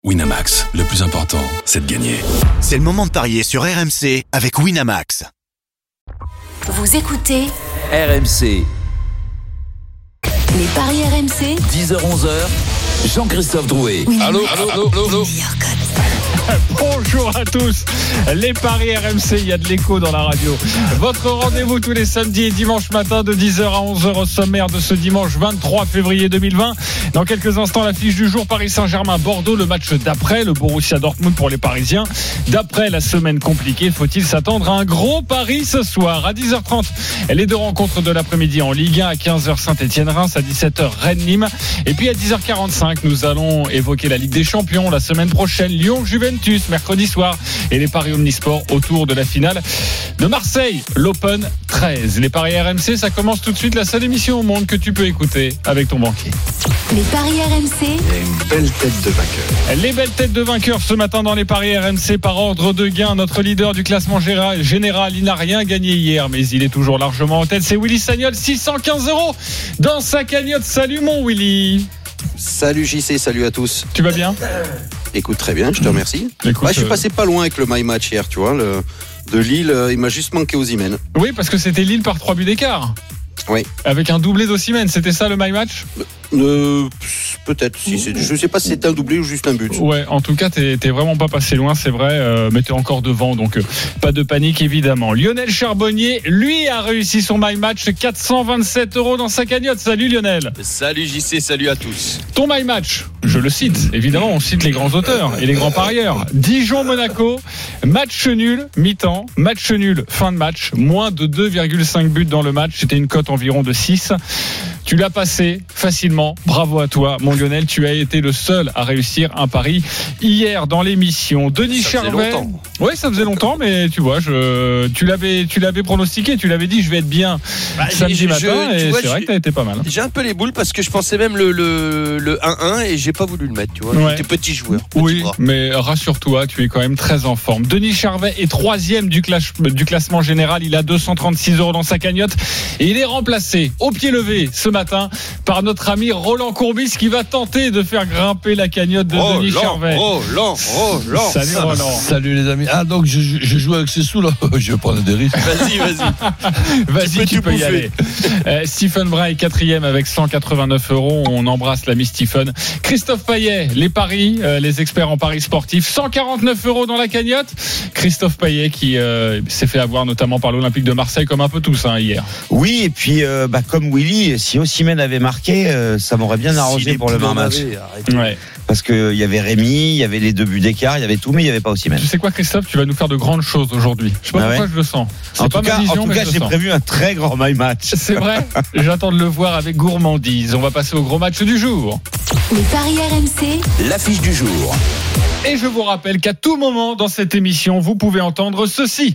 Winamax, le plus important, c'est de gagner. C'est le moment de parier sur RMC avec Winamax. Vous écoutez RMC. Les paris RMC. 10h-11h, Jean-Christophe Drouet. Allô. Bonjour à tous, les paris RMC, il y a de l'écho dans la radio. Votre rendez-vous tous les samedis et dimanches matin de 10h à 11h au sommaire de ce dimanche 23 février 2020. Dans quelques instants, l'affiche du jour, Paris Saint-Germain-Bordeaux, le match d'après, le Borussia Dortmund pour les Parisiens. D'après la semaine compliquée, faut-il s'attendre à un gros pari ce soir à 10h30. Les deux rencontres de l'après-midi en Ligue 1, à 15h Saint-Etienne-Reims, à 17h Rennes-Nîmes. Et puis à 10h45, nous allons évoquer la Ligue des Champions la semaine prochaine, Lyon-Juventus mercredi soir et les paris omnisports autour de la finale de Marseille, l'Open 13. Les paris RMC, ça commence tout de suite, la seule émission au monde que tu peux écouter avec ton banquier. Les paris RMC. Il y a une belle tête de vainqueur. Les belles têtes de vainqueurs ce matin dans les paris RMC par ordre de gain. Notre leader du classement général, il n'a rien gagné hier, mais il est toujours largement en tête. C'est Willy Sagnol, 615 € dans sa cagnotte. Salut mon Willy. Salut JC, salut à tous. Tu vas bien ? Écoute, très bien, je te remercie. Écoute, je suis passé pas loin avec le My Match hier, tu vois. De Lille, il m'a juste manqué Osimhen. Oui, parce que c'était Lille par 3 buts d'écart. Oui. Avec un doublé d'Osimhen, c'était ça le My Match ? Peut-être, je sais pas si c'était un doublé ou juste un but. Ouais, en tout cas, t'es vraiment pas passé loin, c'est vrai, mais t'es encore devant, donc pas de panique évidemment. Lionel Charbonnier, lui, a réussi son My Match, 427 € dans sa cagnotte. Salut Lionel. Salut JC, salut à tous. Ton My Match, je le cite, évidemment, on cite les grands auteurs et les grands parieurs. Dijon-Monaco, match nul, mi-temps, match nul, fin de match, moins de 2,5 buts dans le match, c'était une cote environ de 6. Tu l'as passé facilement, bravo à toi mon Lionel, tu as été le seul à réussir un pari hier dans l'émission. Denis Charvet. Oui, ça faisait longtemps, mais tu vois, tu l'avais pronostiqué, tu l'avais dit je vais être bien samedi matin, et c'est vrai que t'as été pas mal. J'ai un peu les boules parce que je pensais même le 1-1 et j'ai pas voulu le mettre, tu vois. Ouais. J'étais petit joueur. Oui, mais rassure-toi, tu es quand même très en forme. Denis Charvet est 3e du classement général, il a 236 € dans sa cagnotte et il est remplacé au pied levé ce matin par notre ami Roland Courbis qui va tenter de faire grimper la cagnotte de Denis Charvet. Roland. Salut Roland. Salut les amis. Ah donc je joue avec ces sous là. Je vais prendre des risques. Vas-y. Tu peux y aller. Stephen Brun est 4e avec 189 €. On embrasse l'ami Stephen. Christophe Payet, les paris, les experts en paris sportifs, 149 € dans la cagnotte. Christophe Payet qui s'est fait avoir notamment par l'Olympique de Marseille comme un peu tous hier. Oui, et puis comme Willy, si Osimhen avait marqué, ça m'aurait bien arrangé pour le match. Ouais. Parce qu'il y avait Rémi, il y avait les 2 buts d'écart, il y avait tout, mais il n'y avait pas Osimhen. Tu sais quoi Christophe, tu vas nous faire de grandes choses aujourd'hui. Je sais pas pourquoi je le sens. En tout cas, j'ai prévu un très grand My Match. C'est vrai. J'attends de le voir avec gourmandise. On va passer au gros match du jour. Les paris RMC. L'affiche du jour. Et je vous rappelle qu'à tout moment dans cette émission, vous pouvez entendre ceci.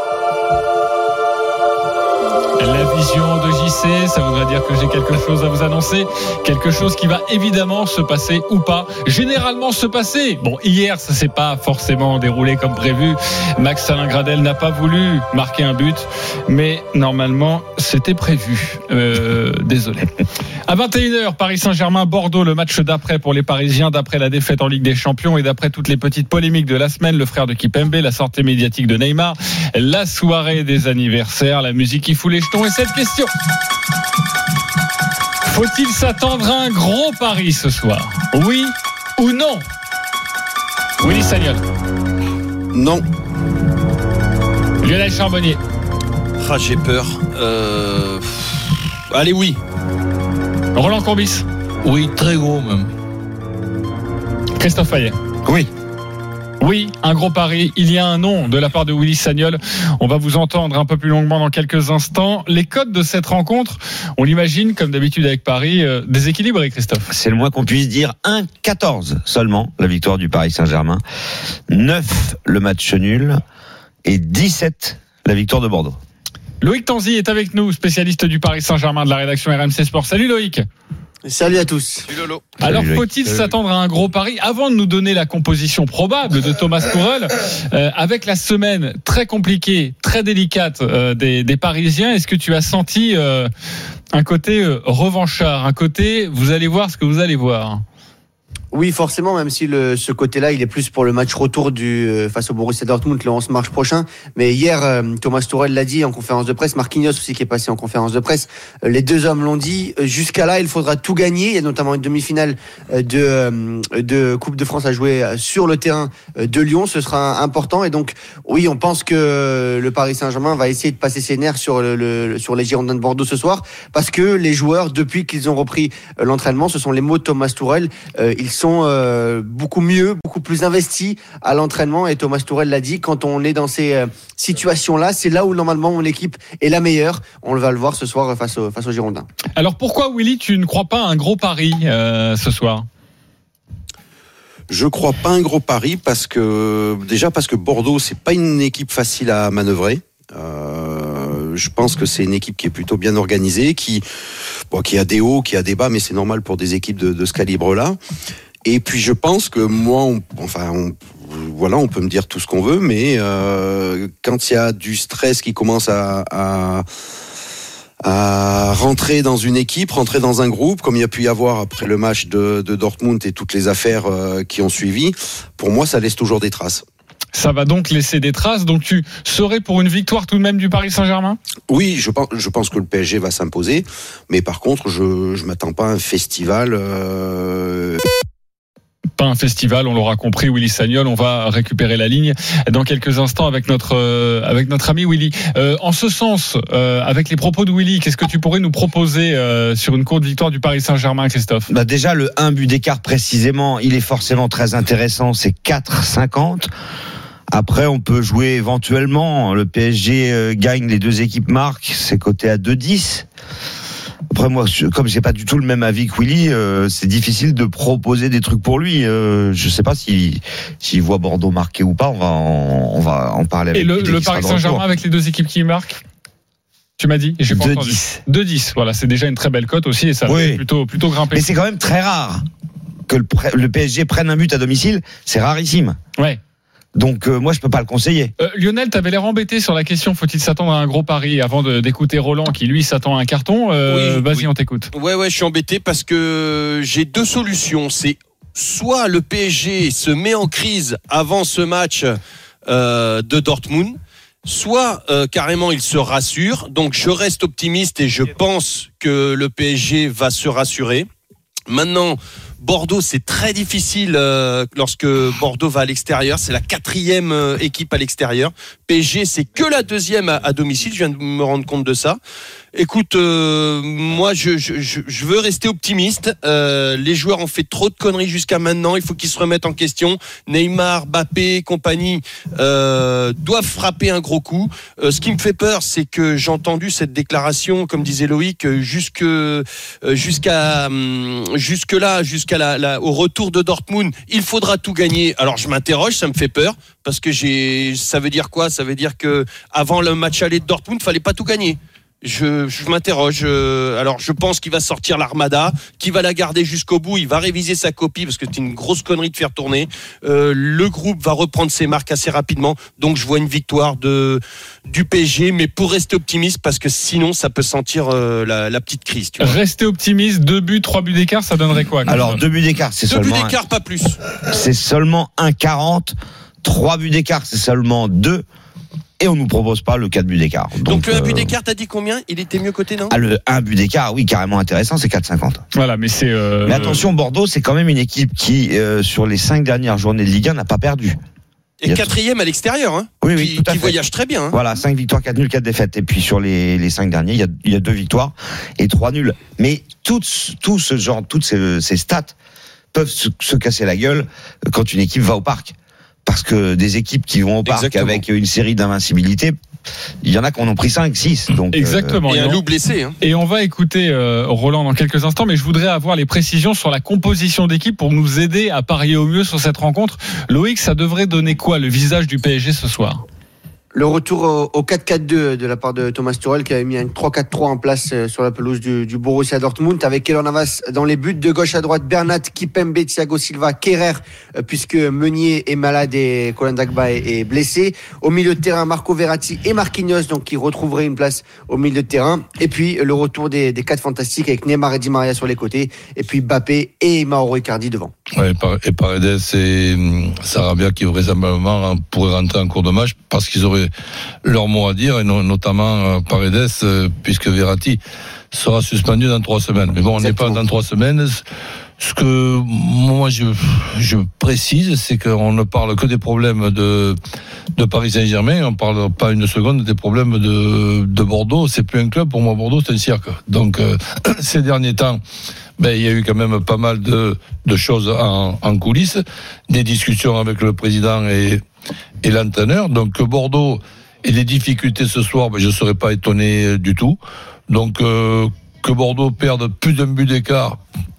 La vision de JC, ça voudrait dire que j'ai quelque chose à vous annoncer, quelque chose qui va évidemment se passer ou pas, généralement se passer. Bon, hier, ça s'est pas forcément déroulé comme prévu. Max Alain Gradel n'a pas voulu marquer un but, mais normalement, c'était prévu. Désolé. À 21h, Paris Saint-Germain, Bordeaux, le match d'après pour les Parisiens, d'après la défaite en Ligue des Champions et d'après toutes les petites polémiques de la semaine, le frère de Kipembe, la sortie médiatique de Neymar, la soirée des anniversaires, la musique qui fout les jetons et cette question. Faut-il s'attendre à un gros pari ce soir ? Oui ou non ? Willy Sagnol. Non. Lionel Charbonnier. J'ai peur. Allez, oui. Roland Courbis. Oui, très gros même. Christophe Payet. Oui. Oui, un gros pari. Il y a un nom de la part de Willy Sagnol. On va vous entendre un peu plus longuement dans quelques instants. Les codes de cette rencontre, on l'imagine, comme d'habitude avec Paris, déséquilibré, Christophe. C'est le moins qu'on puisse dire. 1,14 seulement, la victoire du Paris Saint-Germain. 9, le match nul. Et 17, la victoire de Bordeaux. Loïc Tanzi est avec nous, spécialiste du Paris Saint-Germain de la rédaction RMC Sport. Salut Loïc. Salut à tous. Salut Lolo. Alors faut-il s'attendre à un gros pari avant de nous donner la composition probable de Thomas Tuchel avec la semaine très compliquée, très délicate des Parisiens? Est-ce que tu as senti un côté revanchard, un côté vous allez voir ce que vous allez voir? Oui, forcément, même si ce côté-là, il est plus pour le match retour face au Borussia Dortmund le 11 mars prochain. Mais hier, Thomas Tuchel l'a dit en conférence de presse, Marquinhos aussi qui est passé en conférence de presse. Les deux hommes l'ont dit. Jusqu'à là, il faudra tout gagner. Il y a notamment une demi-finale de Coupe de France à jouer sur le terrain de Lyon. Ce sera important. Et donc, oui, on pense que le Paris Saint-Germain va essayer de passer ses nerfs sur les Girondins de Bordeaux ce soir, parce que les joueurs, depuis qu'ils ont repris l'entraînement, ce sont les mots de Thomas Tuchel, ils sont beaucoup mieux, beaucoup plus investis à l'entraînement, et Thomas Tuchel l'a dit, quand on est dans ces situations-là, c'est là où normalement mon équipe est la meilleure. On va le voir ce soir face aux Girondins. Alors pourquoi, Willy, tu ne crois pas à un gros pari ce soir ? Je crois pas un gros pari parce que Bordeaux, c'est pas une équipe facile à manœuvrer. Je pense que c'est une équipe qui est plutôt bien organisée, qui a des hauts, qui a des bas, mais c'est normal pour des équipes de ce calibre-là. Et puis je pense que moi, on peut me dire tout ce qu'on veut, mais quand il y a du stress qui commence à rentrer dans une équipe, rentrer dans un groupe, comme il y a pu y avoir après le match de Dortmund et toutes les affaires qui ont suivi, pour moi, ça laisse toujours des traces. Ça va donc laisser des traces. Donc tu serais pour une victoire tout de même du Paris Saint-Germain ? Oui, je pense que le PSG va s'imposer, mais par contre, je m'attends pas à un festival. Pas un festival, on l'aura compris, Willy Sagnol. On va récupérer la ligne dans quelques instants avec notre ami Willy. En ce sens, avec les propos de Willy, qu'est-ce que tu pourrais nous proposer sur une courte victoire du Paris Saint-Germain, Christophe ? Déjà, le 1 but d'écart précisément, il est forcément très intéressant. C'est 4,50. Après, on peut jouer éventuellement. Le PSG gagne, les deux équipes marquent. C'est coté à 2,10. Après, moi, comme j'ai pas du tout le même avis que Willy, c'est difficile de proposer des trucs pour lui. Je sais pas s'il voit Bordeaux marquer ou pas. On va en parler avec lui. Et le Paris Saint-Germain avec les deux équipes qui marquent, tu m'as dit, et j'ai pas entendu. 2,10. Voilà, c'est déjà une très belle cote aussi, et ça va plutôt grimper. Mais c'est quand même très rare que le PSG prenne un but à domicile. C'est rarissime. Ouais. Donc moi je peux pas le conseiller. Lionel, t'avais l'air embêté sur la question faut-il s'attendre à un gros pari avant d'écouter Roland qui lui s'attend à un carton. Vas-y, on t'écoute. Ouais, je suis embêté parce que j'ai deux solutions. C'est soit le PSG se met en crise avant ce match de Dortmund, soit carrément il se rassure. Donc je reste optimiste et je pense que le PSG va se rassurer. Maintenant, Bordeaux, c'est très difficile lorsque Bordeaux va à l'extérieur. C'est la 4e équipe à l'extérieur. PSG, c'est que la 2e à domicile. Je viens de me rendre compte de ça. Écoute, moi, je veux rester optimiste. Les joueurs ont fait trop de conneries jusqu'à maintenant. Il faut qu'ils se remettent en question. Neymar, Mbappé, compagnie doivent frapper un gros coup. Ce qui me fait peur, c'est que j'ai entendu cette déclaration, comme disait Loïc, jusqu'à au retour de Dortmund, il faudra tout gagner. Alors je m'interroge, ça me fait peur parce que ça veut dire quoi ? Ça veut dire que avant le match aller de Dortmund, fallait pas tout gagner. Je m'interroge. Alors, je pense qu'il va sortir l'armada, qu'il va la garder jusqu'au bout. Il va réviser sa copie parce que c'est une grosse connerie de faire tourner. Le groupe va reprendre ses marques assez rapidement. Donc, je vois une victoire du PSG, mais pour rester optimiste, parce que sinon, ça peut sentir la petite crise. Tu vois. Rester optimiste, 2 buts, 3 buts d'écart, ça donnerait quoi ? Alors, 2 buts d'écart, c'est 2 seulement... 2 buts d'écart, pas plus. C'est seulement 1,40. 3 buts d'écart, c'est seulement 2. Et on nous propose pas le 4 buts d'écart. Donc le 1 but d'écart, t'as dit combien ? Il était mieux coté, non ? Le 1 but d'écart, oui, carrément intéressant, c'est 4,50. Voilà, mais c'est... Mais attention, Bordeaux, c'est quand même une équipe qui, sur les 5 dernières journées de Ligue 1, n'a pas perdu. Et 4e à l'extérieur, hein, oui, tout à qui fait. voyage très bien. Hein. Voilà, 5 victoires, 4 nuls, 4 défaites. Et puis sur les 5 derniers, il y a 2 victoires et 3 nuls. Mais tout ce genre, toutes ces stats peuvent se casser la gueule quand une équipe va au parc. Parce que des équipes qui vont au parc avec une série d'invincibilité, il y en a qui en ont pris 5, 6. Donc, exactement. Et un loup blessé. Hein. Et on va écouter Roland dans quelques instants, mais je voudrais avoir les précisions sur la composition d'équipe pour nous aider à parier au mieux sur cette rencontre. Loïc, ça devrait donner quoi le visage du PSG ce soir ? Le retour au 4-4-2 de la part de Thomas Tuchel qui avait mis un 3-4-3 en place sur la pelouse du Borussia Dortmund avec Keylor Navas dans les buts. De gauche à droite, Bernat, Kimpembe, Thiago Silva, Kerrer puisque Meunier est malade et Colin Dagba est blessé. Au milieu de terrain, Marco Verratti et Marquinhos donc qui retrouveraient une place au milieu de terrain. Et puis le retour des 4 fantastiques avec Neymar et Di Maria sur les côtés et puis Mbappé et Mauro Icardi devant. Ouais, et Paredes et Sarabia qui vraisemblablement pourraient rentrer en cours de match parce qu'ils auraient leur mot à dire et notamment Paredes puisque Verratti sera suspendu dans 3 semaines. Mais bon, on n'est pas dans 3 semaines. Ce que moi je précise, c'est qu'on ne parle que des problèmes de Paris Saint-Germain. On ne parle pas une seconde des problèmes de Bordeaux. C'est plus un club pour moi. Bordeaux, c'est un cirque. Donc ces derniers temps, il y a eu quand même pas mal de choses en coulisses, des discussions avec le président et l'entraîneur. Donc Bordeaux et des difficultés ce soir, je ne serais pas étonné du tout. Donc que Bordeaux perde plus d'un but d'écart,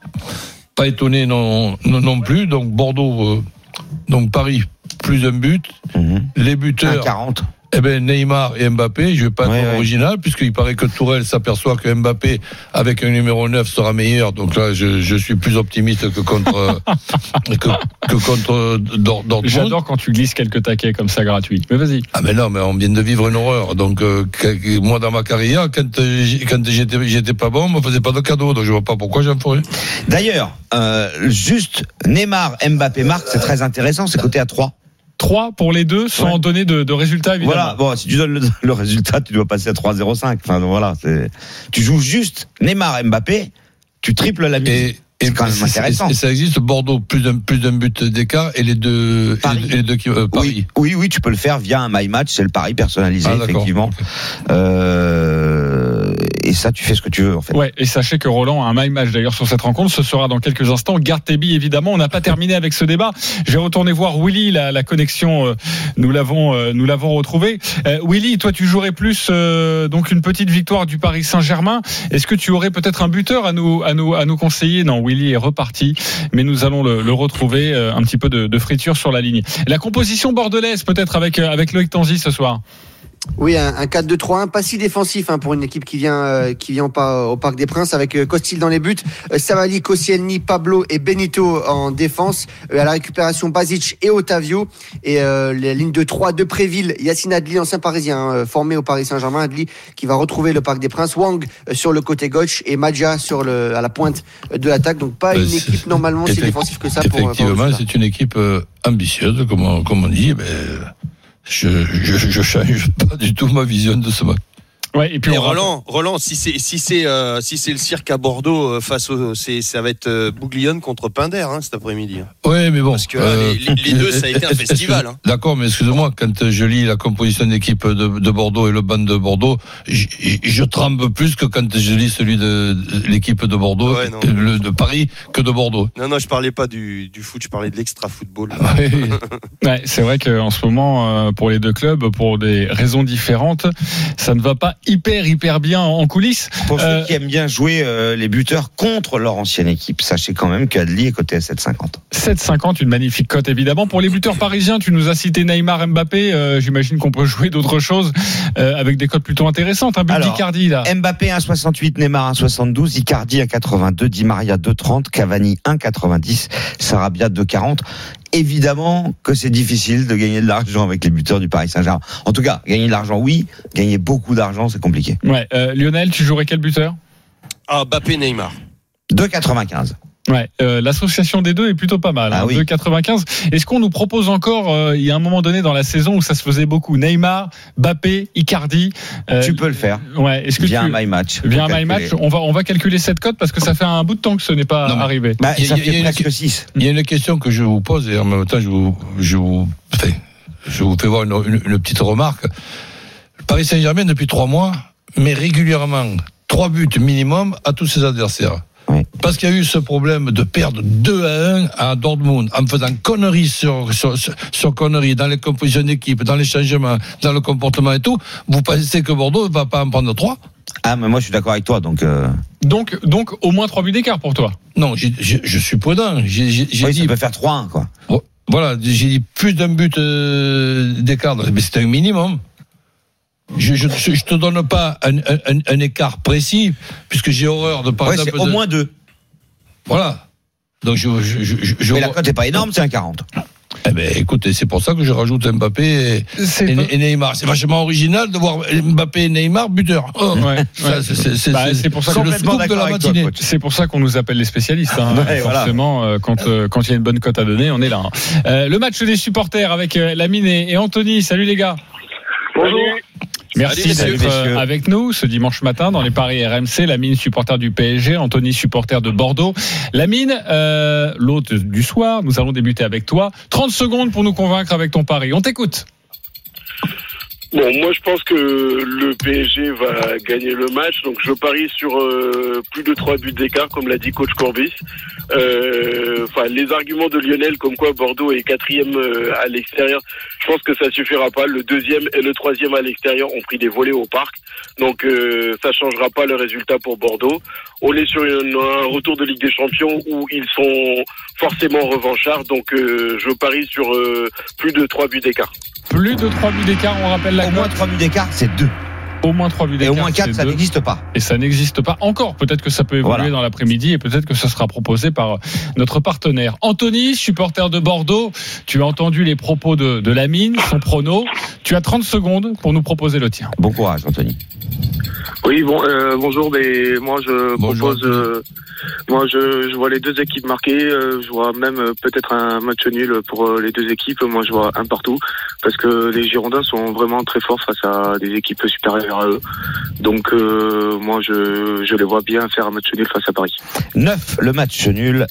pas étonné non plus. Donc Bordeaux, donc Paris plus d'un but. Les buteurs 1,40. Neymar et Mbappé, je vais pas être original, puisqu'il paraît que Tourelle s'aperçoit que Mbappé, avec un numéro 9, sera meilleur. Donc là, je suis plus optimiste que contre, que contre Dortmund. J'adore quand tu glisses quelques taquets comme ça gratuits. Mais vas-y. Ah, mais non, mais on vient de vivre une horreur. Donc, moi, dans ma carrière, quand j'étais pas bon, on me faisait pas de cadeaux. Donc, je vois pas pourquoi j'en ferais. D'ailleurs, juste Neymar, Mbappé, marque, c'est très intéressant. C'est coté à 3. 3 pour les deux sans donner de résultat évidemment. Voilà, bon, si tu donnes le résultat, tu dois passer à 3,05. Enfin voilà, tu joues juste Neymar Mbappé, tu triples la mise. C'est quand même intéressant. Et ça existe, Bordeaux plus d'un but d'écart et les deux Paris. Paris. Oui, tu peux le faire via un My Match, c'est le pari personnalisé effectivement. Et ça, tu fais ce que tu veux en fait. Ouais, et sachez que Roland a un My Match d'ailleurs sur cette rencontre. Ce sera dans quelques instants. Garde tes billes évidemment. On n'a pas terminé avec ce débat. Je vais retourner voir Willy. La connexion, nous l'avons retrouvée. Willy, toi, tu jouerais plus donc une petite victoire du Paris Saint-Germain. Est-ce que tu aurais peut-être un buteur à nous conseiller? Non, Willy est reparti, mais nous allons le retrouver. Un petit peu de friture sur la ligne. La composition bordelaise peut-être avec Loïc Tanzi ce soir. Oui, un 4-2-3-1, pas si défensif pour une équipe qui vient au Parc des Princes avec Costil dans les buts, Savali, Koscielny, Pablo et Benito en défense, à la récupération Basic et Otavio et les lignes de 3 de Préville, Yacine Adli, ancien parisien formé au Paris Saint-Germain, Adli qui va retrouver le Parc des Princes, Wang sur le côté gauche et Madja à la pointe de l'attaque. Donc pas une équipe normalement si défensive que ça pour effectivement, c'est une équipe ambitieuse comme on dit. Je change pas du tout ma vision de ce match. Ouais, et puis Roland, si c'est le cirque à Bordeaux ça va être Bouglione contre Pinder cet après-midi. Oui, mais bon. Parce que les deux, ça a été un festival. D'accord, mais excuse-moi, quand je lis la composition d'équipe de Bordeaux et le banc de Bordeaux, je tremble plus que quand je lis celui de l'équipe de Bordeaux, de Paris, que de Bordeaux. Non, je parlais pas du foot, je parlais de l'extra-football. Ouais, c'est vrai qu'en ce moment, pour les deux clubs, pour des raisons différentes, ça ne va pas hyper bien en coulisses. Pour ceux qui aiment bien jouer les buteurs contre leur ancienne équipe, sachez quand même qu'Adli est coté à 7,50. 7,50, une magnifique cote évidemment. Pour les buteurs parisiens, tu nous as cité Neymar, Mbappé. J'imagine qu'on peut jouer d'autres choses avec des cotes plutôt intéressantes. Un but d'Icardi là. Mbappé 1,68, Neymar 1,72, Icardi 1,82, Di Maria 2,30, Cavani 1,90, Sarabia 2,40. Évidemment que c'est difficile de gagner de l'argent avec les buteurs du Paris Saint-Germain. En tout cas, gagner de l'argent, oui. Gagner beaucoup d'argent, c'est compliqué. Ouais. Lionel, tu jouerais quel buteur? Mbappé, Neymar. 2,95. Ouais, l'association des deux est plutôt pas mal. 2,95. Est-ce qu'on nous propose encore, il y a un moment donné dans la saison où ça se faisait beaucoup, Neymar, Mbappé, Icardi. Tu peux le faire. Ouais. Est-ce que via un My Match. Via un My Match, on va calculer cette cote parce que ça fait un bout de temps que ce n'est pas arrivé. Ça fait presque 6. Il y a une question que je vous pose et en même temps je vous fais voir une petite remarque. Le Paris Saint-Germain depuis 3 mois met régulièrement 3 buts minimum à tous ses adversaires. Oui. Parce qu'il y a eu ce problème de perdre 2-1 à Dortmund en faisant conneries sur conneries dans les compositions d'équipe, dans les changements, dans le comportement et tout. Vous pensez que Bordeaux ne va pas en prendre 3? Ah, mais moi je suis d'accord avec toi. Donc au moins 3 buts d'écart pour toi. Non, je suis prudent. J'ai dit, ça peut faire 3-1 quoi. Voilà, j'ai dit plus d'un but d'écart, mais c'est un minimum. Je te donne pas un écart précis, puisque j'ai horreur de par exemple. C'est au moins 2. Voilà. Donc mais la cote n'est pas énorme, c'est un 40. Eh ben, écoutez, c'est pour ça que je rajoute Mbappé et Neymar. C'est vachement original de voir Mbappé et Neymar buteurs. C'est pour ça que le scoop de la matinée. Toi, c'est pour ça qu'on nous appelle les spécialistes. Forcément, quand il y a une bonne cote à donner, on est là. Le match des supporters avec Lamine et Anthony. Salut les gars. Bonjour. Merci d'être avec nous ce dimanche matin dans les paris RMC. Lamine, supporter du PSG, Anthony, supporter de Bordeaux. Lamine, l'hôte du soir, nous allons débuter avec toi. 30 secondes pour nous convaincre avec ton pari. On t'écoute. Bon, moi je pense que le PSG va gagner le match, donc je parie sur plus de 3 buts d'écart, comme l'a dit coach Courbis. Les arguments de Lionel, comme quoi Bordeaux est 4e à l'extérieur, je pense que ça suffira pas. Le 2e et le 3e à l'extérieur ont pris des volets au parc, donc ça changera pas le résultat pour Bordeaux. On est sur un retour de Ligue des Champions où ils sont forcément revanchards, donc je parie sur plus de 3 buts d'écart. Plus de 3 buts d'écart, on rappelle la cote. Au moins 3 buts d'écart, c'est 2. Au moins 3 buts d'écart. Et au moins 4, ça n'existe pas. Et ça n'existe pas encore. Peut-être que ça peut évoluer dans l'après-midi et peut-être que ça sera proposé par notre partenaire. Anthony, supporter de Bordeaux, tu as entendu les propos de Lamine, son prono. Tu as 30 secondes pour nous proposer le tien. Bon courage, Anthony. Oui, bonjour, mais moi je propose... je vois les deux équipes marquées, je vois même peut-être un match nul pour les deux équipes. Moi je vois un partout, parce que les Girondins sont vraiment très forts face à des équipes supérieures à eux. Donc moi je les vois bien faire un match nul face à Paris. 9 le match nul,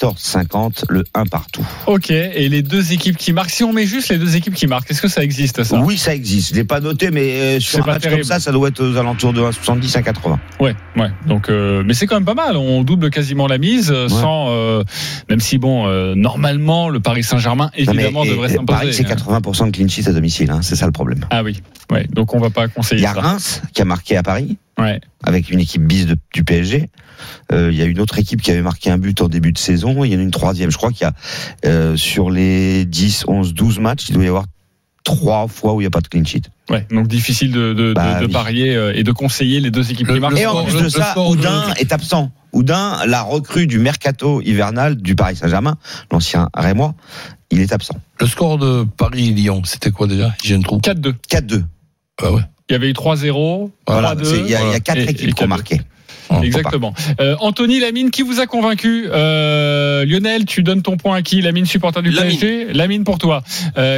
14,50 le 1 partout. Ok, et les deux équipes qui marquent, si on met juste les deux équipes qui marquent, est-ce que ça existe ça ? Oui, ça existe, je l'ai pas noté, mais sur un match terrible. Comme ça doit être aux alentours de 1,70 à 80. Ouais, donc mais c'est quand même pas mal, on double quasiment la mise sans même si normalement le Paris Saint-Germain évidemment devrait s'imposer. Paris c'est 80% de clean sheet à domicile, c'est ça le problème. Ah oui. Ouais, donc on va pas conseiller ça. Il y a Reims qui a marqué à Paris. Avec une équipe bis du PSG. Il y a une autre équipe qui avait marqué un but en début de saison, il y en a une troisième. Je crois qu'il y a sur les 10, 11, 12 matchs, il doit y avoir 3 fois où il n'y a pas de clean sheet. Ouais, donc difficile de parier et de conseiller les deux équipes qui marquent. Et en plus de ça, Oudin est absent. Oudin, la recrue du mercato hivernal du Paris Saint-Germain, l'ancien Rémois, il est absent. Le score de Paris-Lyon, c'était quoi déjà ? J'ai un trou. 4-2. 4-2. Ah ouais. Il y avait eu 3-0, 3-2. Il y a 4 équipes qui ont marqué. Exactement. Anthony, Lamine, qui vous a convaincu ? Lionel, tu donnes ton point à qui ? Lamine, supporter du PSG ? Lamine pour toi. Christophe ?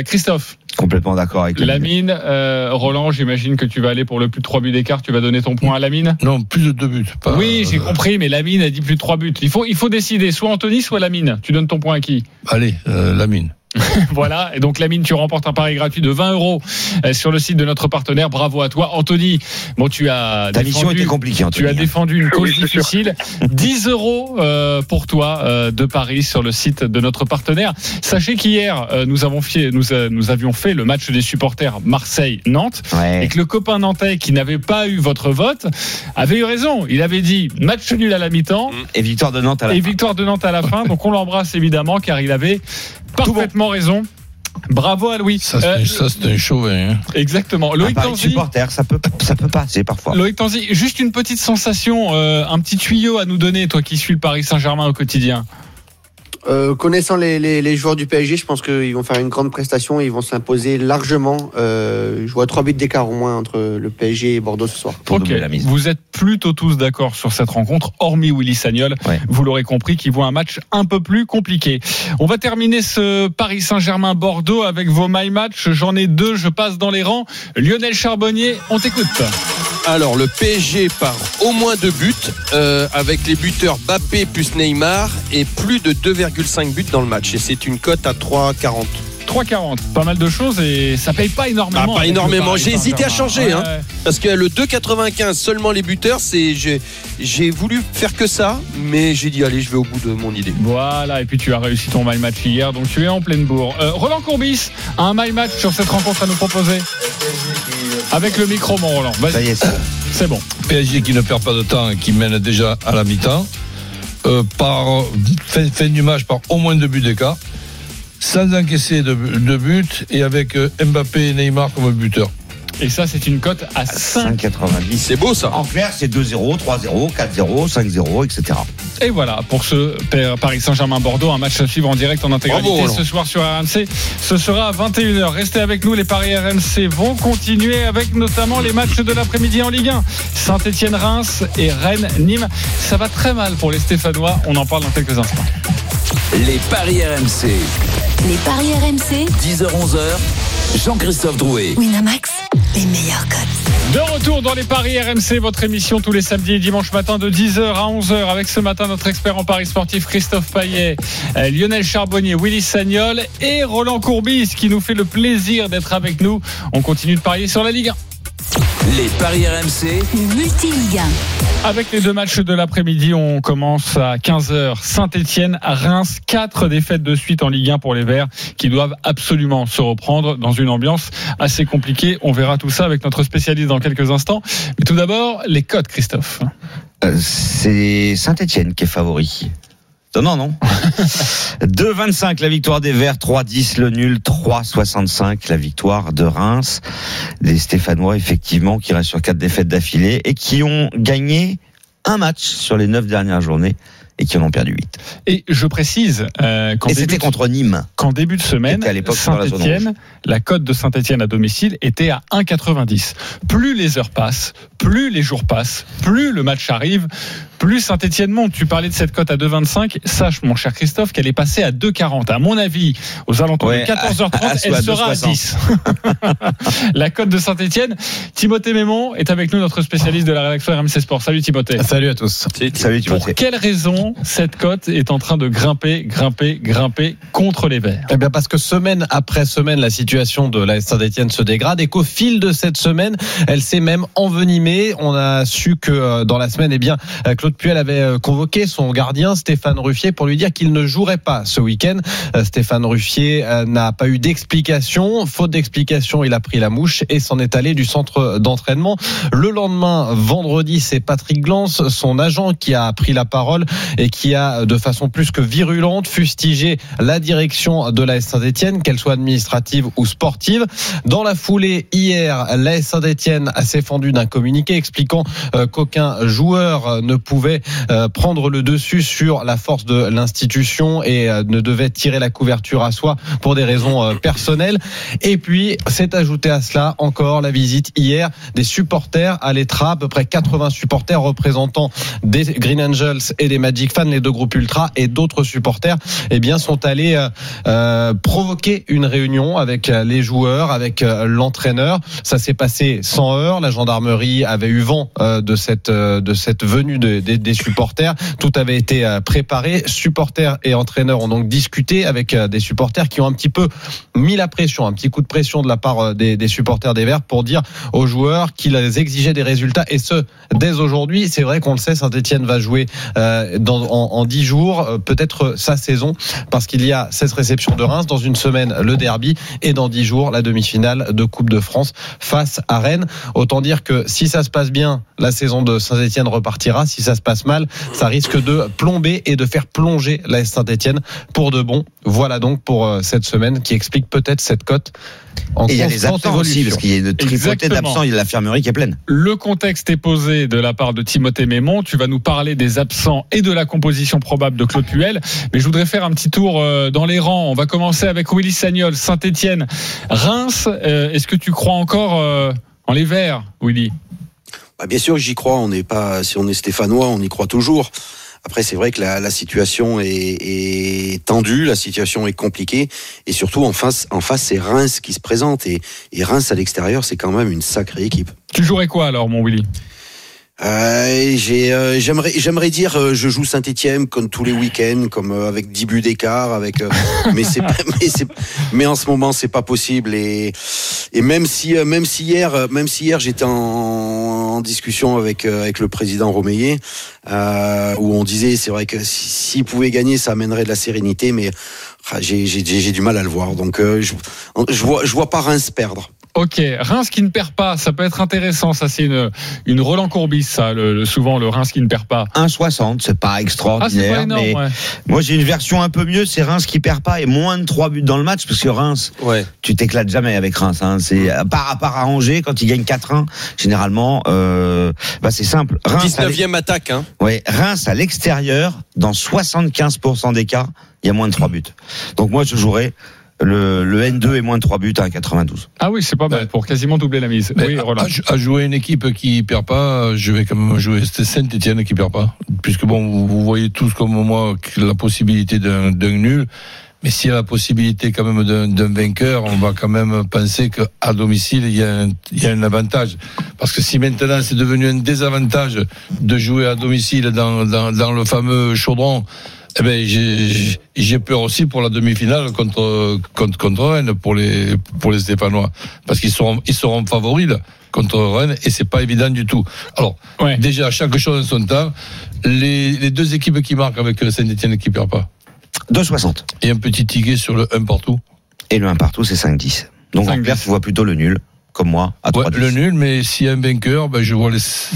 Complètement d'accord avec Lamine. Roland, j'imagine que tu vas aller pour le plus de 3 buts d'écart. Tu vas donner ton point à Lamine ? Non, plus de 2 buts. Oui, j'ai compris, mais Lamine a dit plus de 3 buts. Il faut décider, soit Anthony, soit Lamine. Tu donnes ton point à qui ? Allez, Lamine. Voilà, et donc Lamine, tu remportes un pari gratuit de 20 € sur le site de notre partenaire. Bravo à toi, Anthony. Tu as ta mission était compliquée, Anthony. Tu as défendu une cause difficile. 10 € pour toi de paris sur le site de notre partenaire. Sachez qu'hier nous avions fait le match des supporters Marseille-Nantes et que le copain nantais qui n'avait pas eu votre vote avait eu raison. Il avait dit match nul à la mi-temps et victoire de Nantes à la fin. Donc on l'embrasse évidemment car il avait parfaitement raison. Bravo à Louis. Ça c'est un chauvin. Hein. Exactement. Loïc Tanzi, supporter, ça peut passer parfois. Loïc Tanzi, juste une petite sensation, un petit tuyau à nous donner, toi qui suis le Paris Saint-Germain au quotidien. Connaissant les joueurs du PSG, je pense qu'ils vont faire une grande prestation et ils vont s'imposer largement. Je vois 3 buts d'écart au moins entre le PSG et Bordeaux ce soir. Ok, vous êtes plutôt tous d'accord sur cette rencontre, hormis Willy Sagnol. Vous l'aurez compris, qui voit un match un peu plus compliqué. On va terminer ce Paris Saint-Germain-Bordeaux avec vos my match. J'en ai 2, je passe dans les rangs. Lionel Charbonnier, on t'écoute. Alors le PSG part au moins 2 buts avec les buteurs Mbappé plus Neymar et plus de 2,5 buts dans le match et c'est une cote à 3,40. 3,40, pas mal de choses et ça paye pas énormément. Pas énormément, j'ai hésité à changer parce que le 2,95 seulement les buteurs, j'ai voulu faire que ça, mais j'ai dit allez, je vais au bout de mon idée. Voilà, et puis tu as réussi ton my match hier, donc tu es en pleine bourre. Roland Courbis a un my match sur cette rencontre à nous proposer. Avec le micro, mon Roland. Vas-y. Ça y est, c'est bon. PSG qui ne perd pas de temps et qui mène déjà à la mi-temps. Par fin du match par au moins 2 buts d'écart. Sans encaisser de but et avec Mbappé et Neymar comme buteurs. Et ça, c'est une cote à 5,90. C'est beau ça. En clair, c'est 2-0, 3-0, 4-0, 5-0, etc. Et voilà, pour ce Paris Saint-Germain-Bordeaux, un match à suivre en direct en intégralité. Bravo, ce soir sur RMC. Ce sera à 21h. Restez avec nous, les paris RMC vont continuer avec notamment les matchs de l'après-midi en Ligue 1. Saint-Étienne-Reims et Rennes-Nîmes. Ça va très mal pour les Stéphanois. On en parle dans quelques instants. Les paris RMC. Les paris RMC. 10h-11h. Jean-Christophe Drouet. Winamax, les meilleurs cotes. De retour dans les paris RMC, votre émission tous les samedis et dimanches matin de 10h à 11h avec ce matin notre expert en paris sportif Christophe Payet, Lionel Charbonnier, Willy Sagnol et Roland Courbis qui nous fait le plaisir d'être avec nous. On continue de parier sur la Ligue 1. Les paris RMC. Multi-Ligue 1. Avec les deux matchs de l'après-midi, on commence à 15h. Saint-Étienne à Reims, 4 défaites de suite en Ligue 1 pour les Verts qui doivent absolument se reprendre dans une ambiance assez compliquée. On verra tout ça avec notre spécialiste dans quelques instants. Mais tout d'abord, les cotes, Christophe. C'est Saint-Étienne qui est favori. Non. 2,25 la victoire des Verts, 3,10 le nul, 3,65 la victoire de Reims. Des Stéphanois, effectivement, qui restent sur 4 défaites d'affilée et qui ont gagné un match sur les 9 dernières journées et qui en ont perdu 8. Et je précise, et c'était contre Nîmes. Qu'en début de semaine, Saint-Étienne, la cote de Saint-Étienne à domicile était à 1,90. Plus les heures passent, plus les jours passent, plus le match arrive, plus Saint-Étienne monte. Tu parlais de cette cote à 2,25. Sache, mon cher Christophe, qu'elle est passée à 2,40. À mon avis, aux alentours de 14h30, elle sera à 10. La cote de Saint-Étienne. Timothée Mémon est avec nous, notre spécialiste de la rédaction RMC Sport. Salut Timothée. Salut à tous. Salut Timothée. Pour quelle raison cette cote est en train de grimper contre les Verts? Eh bien parce que semaine après semaine, la situation de l'AS Saint-Étienne se dégrade et qu'au fil de cette semaine, elle s'est même envenimée. On a su que dans la semaine, Claude Puel avait convoqué son gardien Stéphane Ruffier pour lui dire qu'il ne jouerait pas ce week-end. Stéphane Ruffier n'a pas eu d'explication. Faute d'explication, il a pris la mouche et s'en est allé du centre d'entraînement. Le lendemain, vendredi, c'est Patrick Glans, son agent, qui a pris la parole et qui a, de façon plus que virulente, fustigé la direction de l'AS Saint-Étienne, qu'elle soit administrative ou sportive. Dans la foulée, hier, l'AS Saint-Étienne s'est fendu d'un communiqué expliquant qu'aucun joueur ne pouvait prendre le dessus sur la force de l'institution et ne devait tirer la couverture à soi pour des raisons personnelles. Et puis, s'est ajouté à cela encore la visite hier des supporters à l'Etra, à peu près 80 supporters représentant des Green Angels et des Magic Fans, les deux groupes ultra, et d'autres supporters sont allés provoquer une réunion avec les joueurs, avec l'entraîneur. Ça s'est passé sans heurts. La gendarmerie avait eu vent de cette venue des supporters. Tout avait été préparé. Supporters et entraîneurs ont donc discuté avec des supporters qui ont un petit peu mis la pression, un petit coup de pression de la part des supporters des Verts pour dire aux joueurs qu'ils exigeaient des résultats, et ce dès aujourd'hui. C'est vrai qu'on le sait, Saint-Étienne va jouer en 10 jours, peut-être sa saison, parce qu'il y a 16 réceptions de Reims, dans une semaine le derby, et dans 10 jours la demi-finale de Coupe de France face à Rennes. Autant dire que si ça se passe bien, la saison de Saint-Étienne repartira. Si ça se passe mal, ça risque de plomber et de faire plonger l'AS Saint-Étienne pour de bon. Voilà donc pour cette semaine qui explique peut-être cette cote en constante évolution. Et il y a les absents aussi, parce qu'il y a une tripotée d'absents, il y a l'infirmerie qui est pleine. Le contexte est posé de la part de Timothée Mémon. Tu vas nous parler des absents et de la composition probable de Claude Puel. Mais je voudrais faire un petit tour dans les rangs. On va commencer avec Willy Sagnol, Saint-Étienne, Reims. Est-ce que tu crois encore en les Verts, Willy? Bien sûr que j'y crois. Si on est stéphanois, on y croit toujours. Après, c'est vrai que la situation est tendue, la situation est compliquée, et surtout en face, c'est Reims qui se présente, et Reims à l'extérieur, c'est quand même une sacrée équipe. Tu jouerais quoi alors, mon Willy? J'aimerais dire je joue Saint-Étienne comme tous les week-ends, comme avec 10 buts d'écart, mais en ce moment c'est pas possible, et même si hier j'étais en discussion avec le président Romeyer, où on disait c'est vrai que s'il pouvait gagner ça amènerait de la sérénité, mais j'ai du mal à le voir, donc je vois pas Reims perdre. Ok, Reims qui ne perd pas, ça peut être intéressant. Ça, c'est une Roland Courbis, ça, souvent le Reims qui ne perd pas. 1,60, c'est pas extraordinaire. C'est pas énorme, mais ouais. Moi, j'ai une version un peu mieux, c'est Reims qui perd pas et moins de 3 buts dans le match, parce que Reims, tu t'éclates jamais avec Reims. Hein. C'est à part à Angers, quand ils gagnent 4-1, généralement, c'est simple. Reims 19e attaque. Hein. Ouais, Reims à l'extérieur, dans 75% des cas, il y a moins de 3 buts. Donc moi, je jouerais le N2 et moins de 3 buts à 1,92. Ah oui, c'est pas mal pour quasiment doubler la mise. Oui, à jouer une équipe qui perd pas, je vais quand même jouer Saint-Etienne qui perd pas. Puisque vous voyez tous comme moi la possibilité d'un nul. Mais s'il y a la possibilité quand même d'un vainqueur, on va quand même penser qu'à domicile, il y a un avantage. Parce que si maintenant c'est devenu un désavantage de jouer à domicile dans le fameux chaudron, eh ben, j'ai peur aussi pour la demi-finale contre Rennes, pour les Stéphanois. Parce qu'ils seront favoris, là, contre Rennes, et c'est pas évident du tout. Alors, déjà, chaque chose en son temps, les deux équipes qui marquent avec Saint-Etienne qui perd pas. 2,60. Et un petit ticket sur le 1 partout. Et le 1 partout, c'est 5,10. Donc, en clair, tu vois plutôt le nul, comme moi, à 3,10. Le nul, mais s'il y a un vainqueur, je vois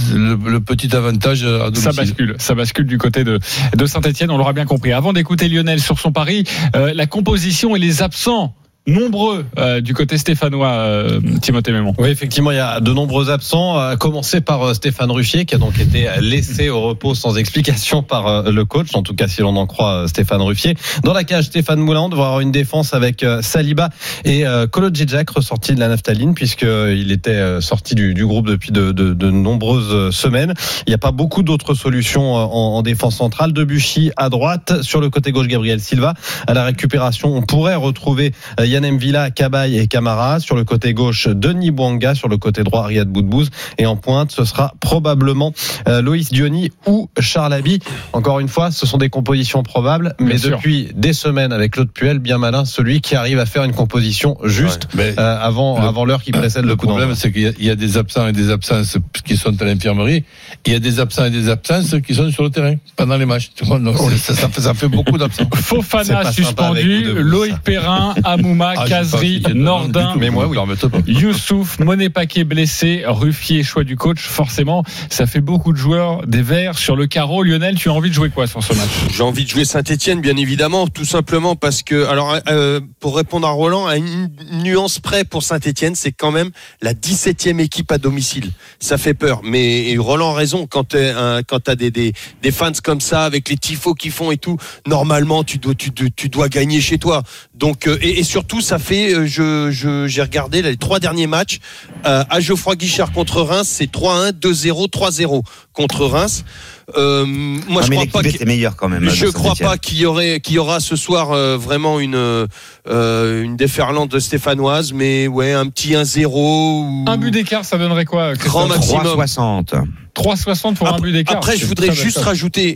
le petit avantage à domicile. Ça bascule du côté de Saint-Etienne, on l'aura bien compris. Avant d'écouter Lionel sur son pari, la composition et les absents nombreux du côté stéphanois, Timothée Mémon. Oui, effectivement, il y a de nombreux absents, à commencer par Stéphane Ruffier, qui a donc été laissé au repos sans explication par le coach, en tout cas si l'on en croit Stéphane Ruffier. Dans la cage, Stéphane Moulin devra avoir une défense avec Saliba et Kolo Djidjak, ressorti de la naphtaline, puisqu'il était sorti du groupe depuis de nombreuses semaines. Il n'y a pas beaucoup d'autres solutions en défense centrale. Debuchy à droite, sur le côté gauche, Gabriel Silva. À la récupération, on pourrait retrouver Yann M'Vila, Cabaye et Camara. Sur le côté gauche, Denis Bouanga. Sur le côté droit, Riyad Boudbouz. Et en pointe, ce sera probablement Loïs Diony ou Charles Aby. Encore une fois, ce sont des compositions probables, mais depuis des semaines avec Claude Puel, bien malin, celui qui arrive à faire une composition juste avant l'heure qui précède le coup d'envoi. Le problème, c'est qu'il y a des absents et des absences qui sont à l'infirmerie. Il y a des absents et des absences qui sont sur le terrain pendant les matchs. Donc, ça fait beaucoup d'absents. Fofana suspendu, Loïc Perrin, Amouma, Kazri, Nordin, Youssouf, Monet Paquet blessé, Ruffier, choix du coach. Forcément, ça fait beaucoup de joueurs des Verts sur le carreau. Lionel, tu as envie de jouer quoi sur ce match? J'ai envie de jouer Saint-Etienne, bien évidemment, tout simplement parce que, alors, pour répondre à Roland, à une nuance près pour Saint-Etienne, c'est quand même la 17e équipe à domicile. Ça fait peur. Mais Roland a raison, quand t'as des fans comme ça, avec les tifos qu'ils font et tout, normalement, tu dois gagner chez toi. Donc, et surtout, ça fait, j'ai regardé les 3 derniers matchs, à Geoffroy Guichard contre Reims, c'est 3-1, 2-0, 3-0 contre Reims. Moi, je crois pas qu'il meilleur quand même. Je crois pas qu'il y aura ce soir vraiment une déferlante de stéphanoise, mais ouais, un petit 1-0 ou... Un but d'écart, ça donnerait quoi? Grand maximum. 3,60. 3,60 pour un but d'écart. Après, je voudrais juste rajouter,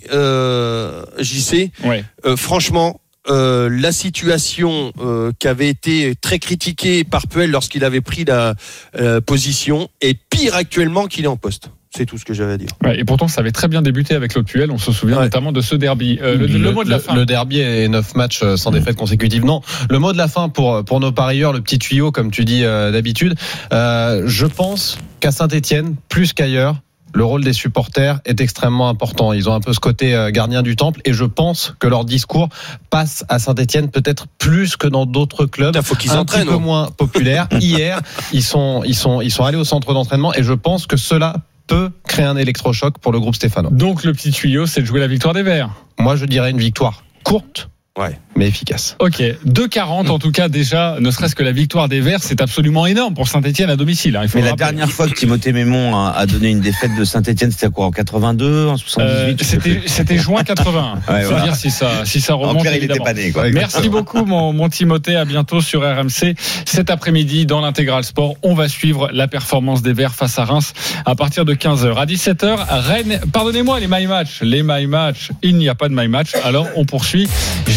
JC, franchement, la situation qui avait été très critiquée par Puel lorsqu'il avait pris la position est pire actuellement qu'il est en poste. C'est tout ce que j'avais à dire. Ouais, et pourtant, ça avait très bien débuté avec Claude Puel. On se souvient notamment de ce derby. Le mot de la fin. Le derby est 9 matchs sans défaite consécutive. Non, le mot de la fin pour nos parieurs, le petit tuyau, comme tu dis d'habitude. Je pense qu'à Saint-Etienne, plus qu'ailleurs, le rôle des supporters est extrêmement important. Ils ont un peu ce côté gardien du temple, et je pense que leur discours passe à Saint-Etienne peut-être plus que dans d'autres clubs. Il faut qu'ils un petit peu moins populaires. Hier, ils sont allés au centre d'entraînement, et je pense que cela peut créer un électrochoc pour le groupe stéphanois. Donc le petit tuyau, c'est de jouer la victoire des Verts. Moi, je dirais une victoire courte, mais efficace. Ok, 2,40 en tout cas déjà, ne serait-ce que la victoire des Verts, c'est absolument énorme pour Saint-Etienne à domicile. Mais la dernière fois que Timothée Mémon a donné une défaite de Saint-Etienne, c'était quoi, en 82, en 78 C'était juin 81. Faut dire si ça remonte. Clair, il était pas né, quoi. Merci beaucoup mon Timothée, à bientôt sur RMC. Cet après-midi dans l'Intégral Sport, on va suivre la performance des Verts face à Reims à partir de 15h. À 17h, Rennes, pardonnez-moi, les My Match, il n'y a pas de My Match, alors on poursuit. J'étais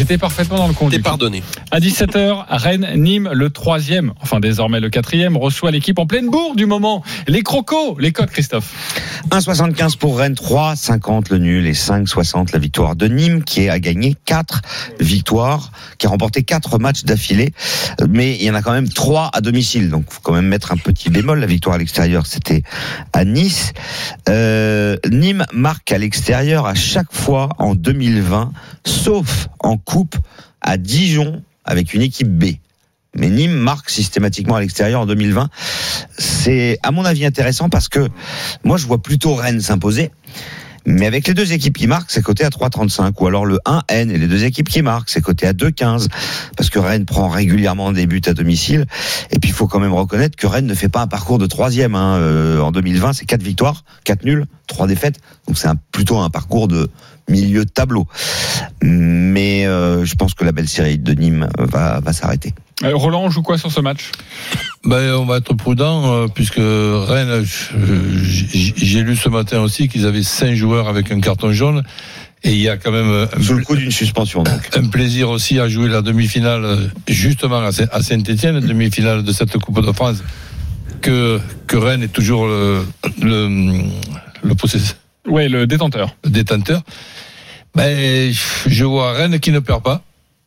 T'étais parfaitement dans le conduit. T'es pardonné. À 17h, Rennes, Nîmes, le 3e, enfin désormais le 4e, reçoit l'équipe en pleine bourre du moment. Les Crocos, les codes, Christophe. 1,75 pour Rennes, 3,50 le nul et 5,60 la victoire de Nîmes qui a gagné 4 victoires, qui a remporté 4 matchs d'affilée. Mais il y en a quand même 3 à domicile. Donc, faut quand même mettre un petit bémol. La victoire à l'extérieur, c'était à Nice. Nîmes marque à l'extérieur à chaque fois en 2020, sauf en coupe à Dijon avec une équipe B. Mais Nîmes marque systématiquement à l'extérieur en 2020. C'est, à mon avis, intéressant parce que moi, je vois plutôt Rennes s'imposer. Mais avec les deux équipes qui marquent, c'est coté à 3,35. Ou alors le 1N et les deux équipes qui marquent, c'est coté à 2,15. Parce que Rennes prend régulièrement des buts à domicile. Et puis, il faut quand même reconnaître que Rennes ne fait pas un parcours de 3e. En 2020, c'est 4 victoires, 4 nuls, 3 défaites. Donc, c'est plutôt un parcours de milieu de tableau. Mais je pense que la belle série de Nîmes va s'arrêter. Roland, on joue quoi sur ce match ? On va être prudent puisque Rennes, j'ai lu ce matin aussi qu'ils avaient 5 joueurs avec un carton jaune et il y a quand même sous le coup d'une suspension donc. Un plaisir aussi à jouer la demi-finale justement à Saint-Étienne, demi-finale de cette Coupe de France que Rennes est toujours le possesseur. Oui, le détenteur. Je vois Rennes qui ne perd pas,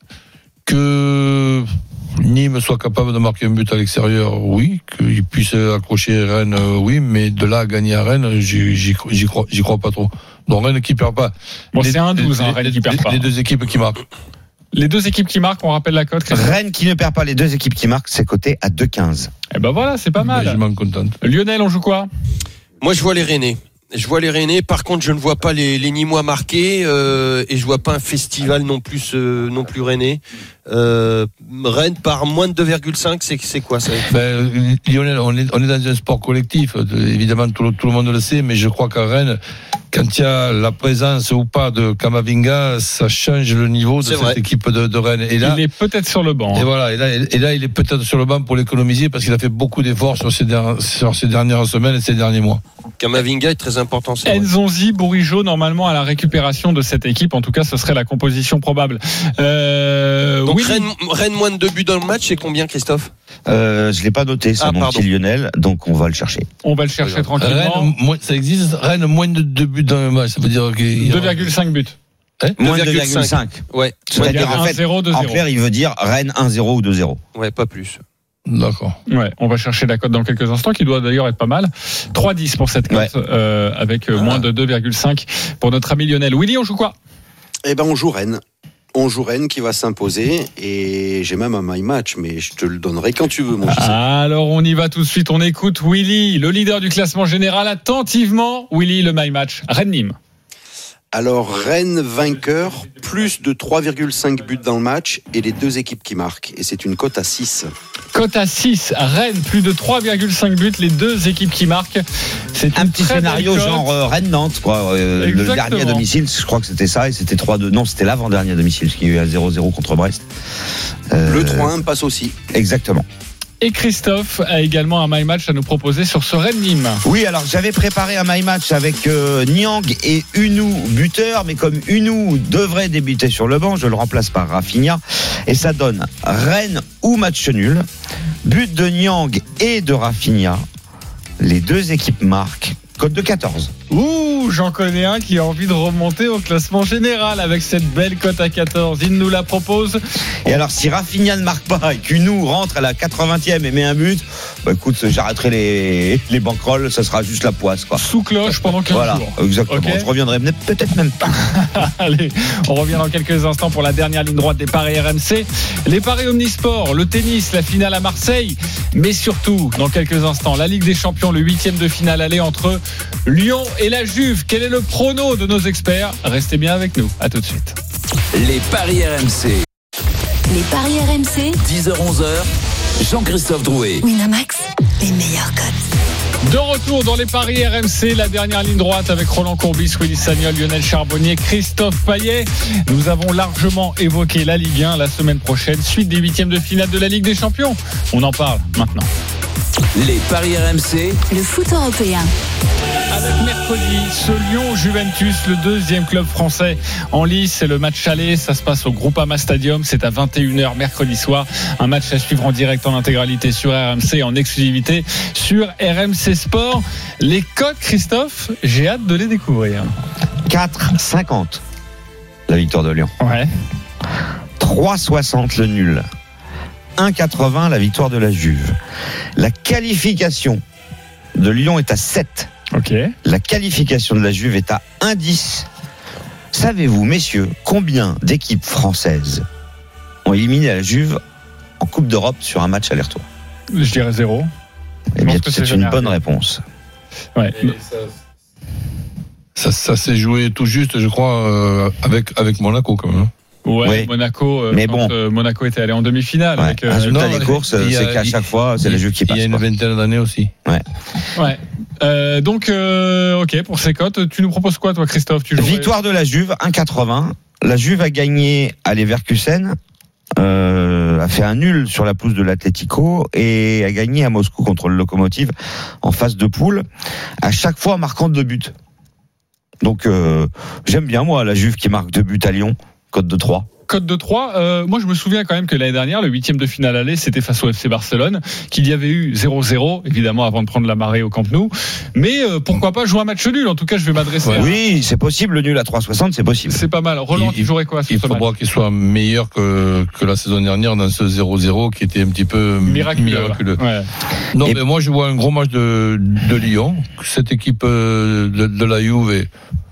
que Nîmes soit capable de marquer un but à l'extérieur, oui, qu'il puisse accrocher Rennes, oui, mais de là à gagner à Rennes, j'y crois pas trop. Donc Rennes qui perd pas. Bon, c'est 1-12, Rennes qui perd pas. Les deux équipes qui marquent. Les deux équipes qui marquent, on rappelle la cote. Rennes qui ne perd pas, les deux équipes qui marquent, c'est coté à 2,15. Eh ben voilà, c'est pas mal. Je m'en contente. Lionel, on joue quoi ? Moi, je vois les Rennais. Par contre, je ne vois pas les Nîmois marquer et je vois pas un festival non plus rennais. Rennes par moins de 2,5, c'est quoi ça ? Lionel, on est dans un sport collectif. Évidemment, tout le monde le sait, mais je crois qu'à Rennes, quand il y a la présence ou pas de Kamavinga, ça change le niveau de cette équipe de Rennes. Et là, il est peut-être sur le banc. Et voilà. Et là, il est peut-être sur le banc pour l'économiser parce qu'il a fait beaucoup d'efforts sur ces dernières semaines et ces derniers mois. Kamavinga est très important. Nzonzi, Bourigeaud, normalement à la récupération de cette équipe. En tout cas, ce serait la composition probable. Donc Rennes moins de 2 buts dans le match, c'est combien, Christophe ? Je l'ai pas noté, c'est mon petit Lionel, donc on va le chercher. On va le chercher tranquillement. Ça existe, Rennes moins de 2 buts dans le match, ça veut dire qu'il 2,5 buts. Moins de 2,5. Ouais. C'est-à-dire en fait, 1-0, 2-0. En clair, il veut dire Rennes 1-0 ou 2-0. Ouais, pas plus. D'accord. Ouais, on va chercher la cote dans quelques instants, qui doit d'ailleurs être pas mal. 3,10 pour cette cote, avec moins de 2,5 pour notre ami Lionel. Willy, on joue quoi ? On joue Rennes. On joue Rennes qui va s'imposer et j'ai même un my match, mais je te le donnerai quand tu veux, mon fils. Alors on y va tout de suite, on écoute Willy, le leader du classement général, attentivement. Willy, le my match, Rennes-Nîmes. Alors Rennes vainqueur, plus de 3,5 buts dans le match et les deux équipes qui marquent. Et c'est une cote à 6. Cote à 6, Rennes, plus de 3,5 buts, les deux équipes qui marquent. C'est un petit scénario genre Rennes-Nantes, quoi. Le dernier à domicile, je crois que c'était ça, et c'était 3-2. Non, c'était l'avant-dernier à domicile, parce qu'il y a eu un 0-0 contre Brest. Le 3-1 passe aussi. Exactement. Et Christophe a également un my match à nous proposer sur ce Rennes-Nîmes. Oui, alors j'avais préparé un my match avec Niang et Hunou buteur, mais comme Hunou devrait débuter sur le banc, je le remplace par Rafinha et ça donne Rennes ou match nul, but de Niang et de Rafinha. Les deux équipes marquent. Cote de 14. Ouh, j'en connais un qui a envie de remonter au classement général avec cette belle cote à 14. Il nous la propose. Et alors, si Rafinha ne marque pas et qu'Hunou rentre à la 80e et met un but, écoute, j'arrêterai les banquerolles, ça sera juste la poisse, quoi. Sous cloche pendant 15 jours. Voilà, exactement. Okay. Je reviendrai peut-être même pas. Allez, on revient dans quelques instants pour la dernière ligne droite des paris RMC. Les paris omnisports, le tennis, la finale à Marseille, mais surtout, dans quelques instants, la Ligue des Champions, le 8e de finale aller entre Lyon et la Juve. Quel est le prono de nos experts ? Restez bien avec nous. À tout de suite. Les paris RMC. Les paris RMC. 10h-11h. Jean-Christophe Drouet. Winamax, les meilleurs codes. De retour dans les paris RMC, la dernière ligne droite avec Roland Courbis, Willy Sagnol, Lionel Charbonnier, Christophe Payet. Nous avons largement évoqué la Ligue 1 la semaine prochaine, suite des 8e de finale de la Ligue des Champions. On en parle maintenant. Les paris RMC. Le foot européen. Avec mercredi, ce Lyon-Juventus, le deuxième club français en lice, c'est le match aller. Ça se passe au Groupama Stadium. C'est à 21h mercredi soir. Un match à suivre en direct en intégralité sur RMC, en exclusivité sur RMC Sport. Les codes, Christophe, j'ai hâte de les découvrir. 4,50 la victoire de Lyon. Ouais. 3,60 le nul. 1,80 la victoire de la Juve. La qualification de Lyon est à 7. Ok. La qualification de la Juve est à 1,10. Savez-vous, messieurs, combien d'équipes françaises ont éliminé la Juve en Coupe d'Europe sur un match aller-retour? Je dirais 0. Eh bien, c'est une bonne réponse. Ouais. Ça s'est joué tout juste, je crois, avec Monaco quand même. Ouais, oui. Monaco. Mais bon, Monaco était allé en demi-finale. Ouais. Avec, résultat des courses, c'est qu'à chaque fois, c'est la Juve qui passe. Il y a une vingtaine d'années aussi. Ouais. Donc, ok, pour ces cotes, tu nous proposes quoi, toi, Christophe? Victoire de la Juve, 1,80. La Juve a gagné à Leverkusen, a fait un nul sur la pelouse de l'Atlético et a gagné à Moscou contre le Lokomotiv en phase de poule, à chaque fois marquant 2 buts. Donc, j'aime bien, moi, la Juve qui marque 2 buts à Lyon. Code de 3. Code de 3. Moi, je me souviens quand même que l'année dernière, le 8e de finale aller, c'était face au FC Barcelone, qu'il y avait eu 0-0, évidemment, avant de prendre la marée au Camp Nou. Mais pourquoi pas jouer un match nul? En tout cas, je vais m'adresser à... Oui, c'est possible. Le nul à 3,60, c'est possible. C'est pas mal. Roland, tu jouerais quoi? Il faudra qu'il soit meilleur que la saison dernière dans ce 0-0 qui était un petit peu miraculeux. Ouais. Non, mais moi, je vois un gros match de Lyon. Cette équipe de la Juve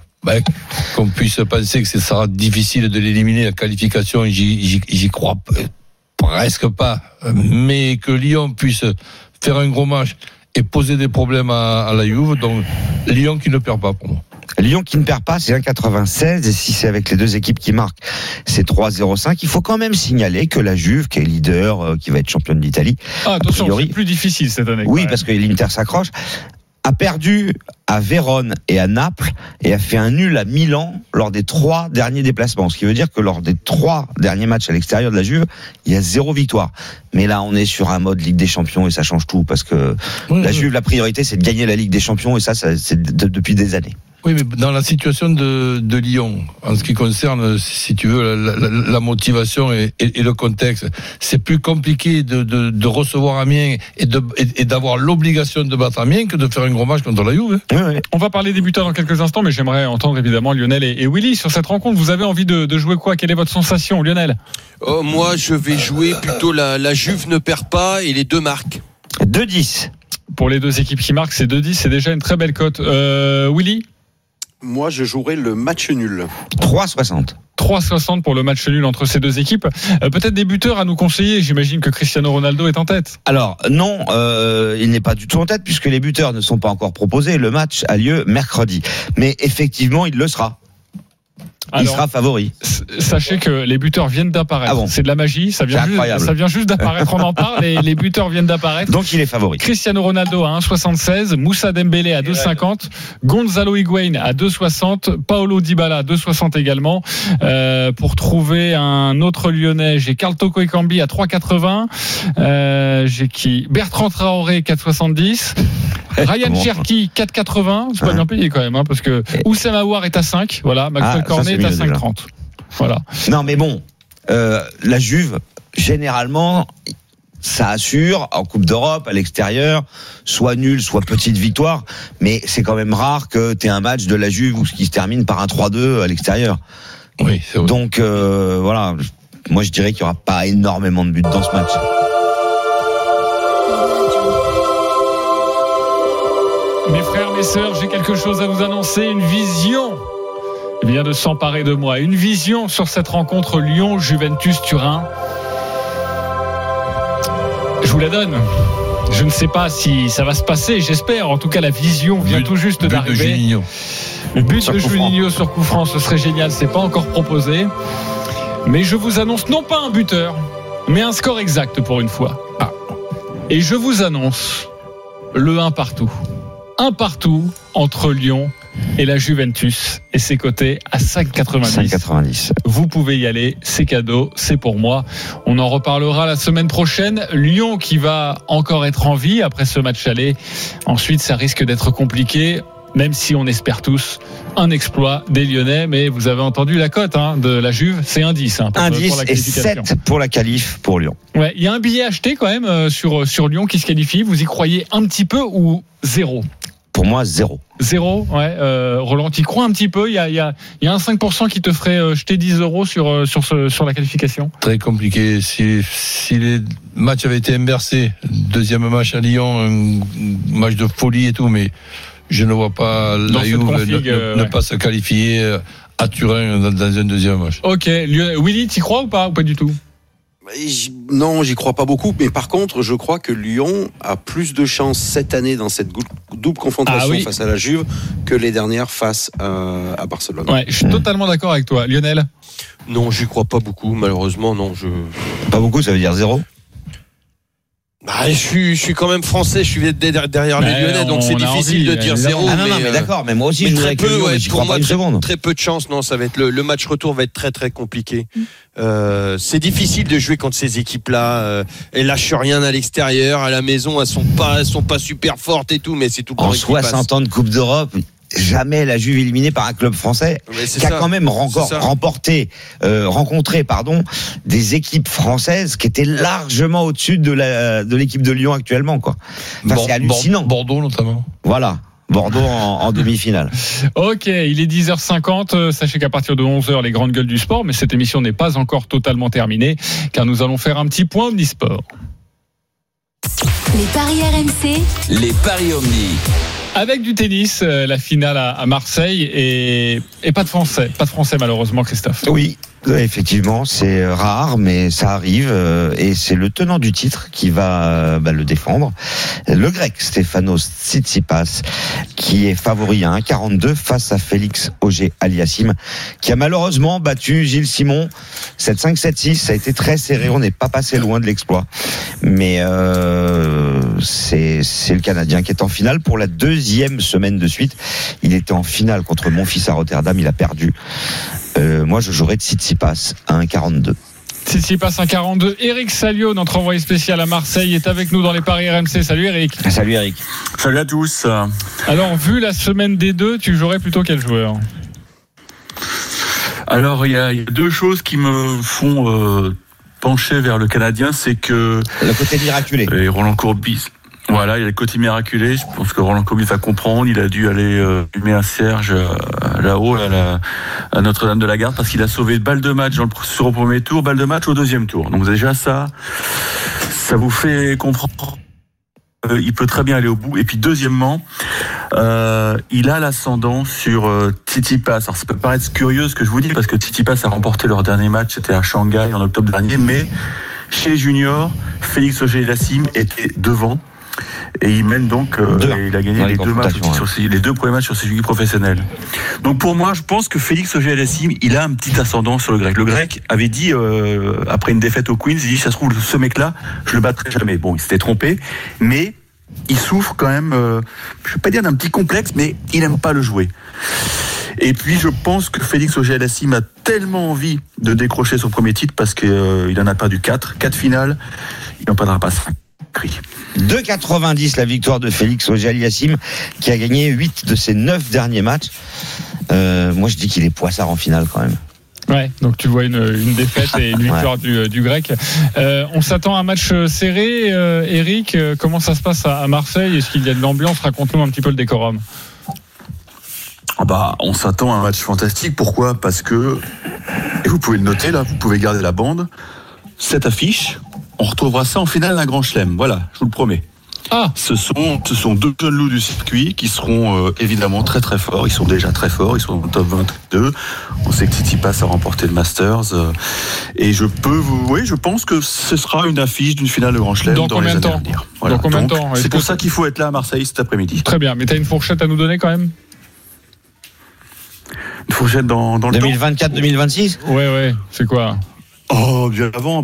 qu'on puisse penser que ce sera difficile de l'éliminer, la qualification, j'y crois presque pas, mais que Lyon puisse faire un gros match et poser des problèmes à la Juve, donc Lyon qui ne perd pas pour moi. Lyon qui ne perd pas, c'est 1,96, et si c'est avec les deux équipes qui marquent, c'est 3,05. Il faut quand même signaler que la Juve, qui est leader, qui va être championne d'Italie, attention, priori, c'est plus difficile cette année. Oui, parce que l'Inter s'accroche, a perdu à Vérone et à Naples et a fait un nul à Milan lors des 3 derniers déplacements. Ce qui veut dire que lors des 3 derniers matchs à l'extérieur de la Juve, il y a 0 victoire. Mais là, on est sur un mode Ligue des Champions et ça change tout parce que la Juve, la priorité, c'est de gagner la Ligue des Champions et ça c'est depuis des années. Oui, mais dans la situation de Lyon, en ce qui concerne, si tu veux, la motivation et le contexte, c'est plus compliqué de recevoir Amiens et d'avoir l'obligation de battre Amiens que de faire un gros match contre la Juve. Oui. On va parler des buteurs dans quelques instants, mais j'aimerais entendre évidemment Lionel et Willy sur cette rencontre. Vous avez envie de jouer quoi? Quelle est votre sensation, Lionel? Moi, je vais jouer plutôt la Juve ne perd pas et les deux marquent. 2,10. Pour les deux équipes qui marquent, c'est 2,10, c'est déjà une très belle cote. Willy? Moi, je jouerai le match nul. 3,60. 3,60 pour le match nul entre ces deux équipes. Peut-être des buteurs à nous conseiller. J'imagine que Cristiano Ronaldo est en tête. Alors non, il n'est pas du tout en tête puisque les buteurs ne sont pas encore proposés. Le match a lieu mercredi. Mais effectivement, il le sera. Il sera favori. Sachez que les buteurs viennent d'apparaître. Ah bon. C'est de la magie. Ça vient juste d'apparaître. On en parle. Les buteurs viennent d'apparaître. Donc il est favori. Cristiano Ronaldo à 1,76. Moussa Dembélé à 2,50. Gonzalo Higuaín à 2,60. Paolo Dybala à 2,60 également. Pour trouver un autre Lyonnais, j'ai Karl Toko Ekambi à 3,80. J'ai qui? Bertrand Traoré 4,70. Ryan Cherki 4,80. C'est pas bien payé quand même, hein, parce que Oussem Aouar est à 5. Voilà. Maxwell Cornet est à 5,30. Voilà. Non, mais bon, la Juve, généralement, ça assure en Coupe d'Europe, à l'extérieur, soit nul, soit petite victoire. Mais c'est quand même rare que tu aies un match de la Juve qui se termine par un 3-2 à l'extérieur. Oui, c'est vrai. Donc, voilà. Moi, je dirais qu'il n'y aura pas énormément de buts dans ce match. Mes frères, mes sœurs, j'ai quelque chose à vous annoncer. Une vision vient de s'emparer de moi. Une vision sur cette rencontre Lyon-Juventus-Turin. Je vous la donne. Je ne sais pas si ça va se passer, j'espère. En tout cas, la vision vient tout juste d'arriver. Le but de Juninho sur coup franc, ce serait génial. C'est pas encore proposé. Mais je vous annonce non pas un buteur, mais un score exact pour une fois. Et je vous annonce le 1 partout. 1 partout entre Lyon et la Juventus. Et c'est coté à 5,90. Vous pouvez y aller, c'est cadeau, c'est pour moi. On en reparlera la semaine prochaine. Lyon qui va encore être en vie après ce match aller. Ensuite, ça risque d'être compliqué. Même si on espère tous un exploit des Lyonnais, mais vous avez entendu la cote de la Juve, c'est 1,10 pour la qualification. Et 7 pour la qualif pour Lyon. Ouais, il y a un billet acheté quand même sur Lyon qui se qualifie. Vous y croyez un petit peu ou zéro? Pour moi, 0. 0, ouais. Roland, tu y crois un petit peu? Il y a un 5% qui te ferait jeter 10 € sur la qualification. Très compliqué. Si les matchs avaient été inversés, deuxième match à Lyon, un match de folie et tout, mais je ne vois pas la Juve ne pas se qualifier à Turin dans un deuxième match. Ok. Willy, t'y crois ou pas du tout? Non, j'y crois pas beaucoup. Mais par contre, je crois que Lyon a plus de chances cette année dans cette double confrontation face à la Juve que les dernières face à Barcelone. Ouais, je suis totalement d'accord avec toi. Lionel? Non, j'y crois pas beaucoup. Malheureusement, non. Pas beaucoup, ça veut dire 0? Je suis quand même français, je suis derrière les Lyonnais, donc c'est difficile de dire 0. Ah non, mais d'accord, mais moi aussi je voudrais que Lyon, mais j'y crois pas une seconde. Très peu de chance, non, ça va être le match retour va être très très compliqué. C'est difficile de jouer contre ces équipes-là. Elles lâchent rien à l'extérieur, à la maison, elles sont pas super fortes et tout, mais c'est tout le temps. En 60 ans de Coupe d'Europe, jamais la Juve éliminée par un club français qui a quand même rencontré des équipes françaises qui étaient largement au-dessus de l'équipe de Lyon actuellement, quoi. Enfin, c'est hallucinant. Bordeaux notamment. Voilà. Bordeaux en demi-finale. Ok, il est 10h50. Sachez qu'à partir de 11h, les grandes gueules du sport, mais cette émission n'est pas encore totalement terminée, car nous allons faire un petit point omnisport. Les paris RMC. Les paris omni. Avec du tennis, la finale à Marseille et pas de français malheureusement, Christophe. Oui, effectivement, c'est rare, mais ça arrive et c'est le tenant du titre qui va le défendre. Le Grec Stefanos Tsitsipas, qui est favori à 1,42 face à Félix Auger-Aliassime, qui a malheureusement battu Gilles Simon 7-5, 7-6. Ça a été très serré, on n'est pas passé loin de l'exploit, mais c'est le Canadien qui est en finale pour la deuxième semaine de suite. Il était en finale contre Monfils à Rotterdam, il a perdu. Moi, je jouerais de Tsitsipas à 1,42. Tsitsipas 1,42. Eric Salio, notre envoyé spécial à Marseille, est avec nous dans les paris RMC. Salut Eric. Salut Eric. Salut à tous. Alors, vu la semaine des deux, tu jouerais plutôt quel joueur? Alors, il y a deux choses qui me font pencher vers le Canadien, c'est que le côté miraculé. Et Roland Courbis. Voilà, il y a le côté miraculé. Je pense que Roland Courbis va comprendre. Il a dû aller fumer un cierge là-haut à Notre-Dame de la Garde parce qu'il a sauvé balle de match sur le premier tour, balle de match au deuxième tour. Donc déjà ça vous fait comprendre. Il peut très bien aller au bout. Et puis deuxièmement, il a l'ascendant sur Tsitsipas. Alors ça peut paraître curieux ce que je vous dis parce que Tsitsipas a remporté leur dernier match, c'était à Shanghai en octobre dernier, mais chez les juniors, Félix Auger-Aliassime était devant. Et il mène donc, il a gagné les deux premiers matchs sur ses équipes professionnelles. Donc pour moi, je pense que Félix Auger-Aliassime, il a un petit ascendant sur le Grec. Le Grec avait dit, après une défaite au Queens, il dit, ça se trouve, ce mec-là, je le battrai jamais. Bon, il s'était trompé, mais il souffre quand même, je vais pas dire d'un petit complexe, mais il aime pas le jouer. Et puis je pense que Félix Auger-Aliassime a tellement envie de décrocher son premier titre parce qu'il en a perdu 4 finales, il n'en perdra pas 5. 2,90 la victoire de Félix Auger-Aliassime qui a gagné 8 de ses 9 derniers matchs. Moi je dis qu'il est poissard en finale quand même. Ouais, donc tu vois une défaite et une victoire du Grec. On s'attend à un match serré. Eric, comment ça se passe à Marseille? Est-ce qu'il y a de l'ambiance? Raconte-nous un petit peu le décorum. On s'attend à un match fantastique. Pourquoi? Parce que, et vous pouvez le noter là, vous pouvez garder la bande, cette affiche, on retrouvera ça en finale d'un grand chelem. Voilà, je vous le promets. Ce sont deux jeunes loups du circuit qui seront évidemment très très forts. Ils sont déjà très forts, ils sont dans le top 22. On sait que Tsitsipas a remporté le Masters. Et je pense que ce sera une affiche d'une finale de Grand Chelem dans les années à venir. Voilà. Dans combien de temps? C'est pour ça qu'il faut être là à Marseille cet après-midi. Très bien, mais tu as une fourchette à nous donner quand même? Une fourchette dans le 2024-2026? Ouais, c'est quoi? Oh, bien avant.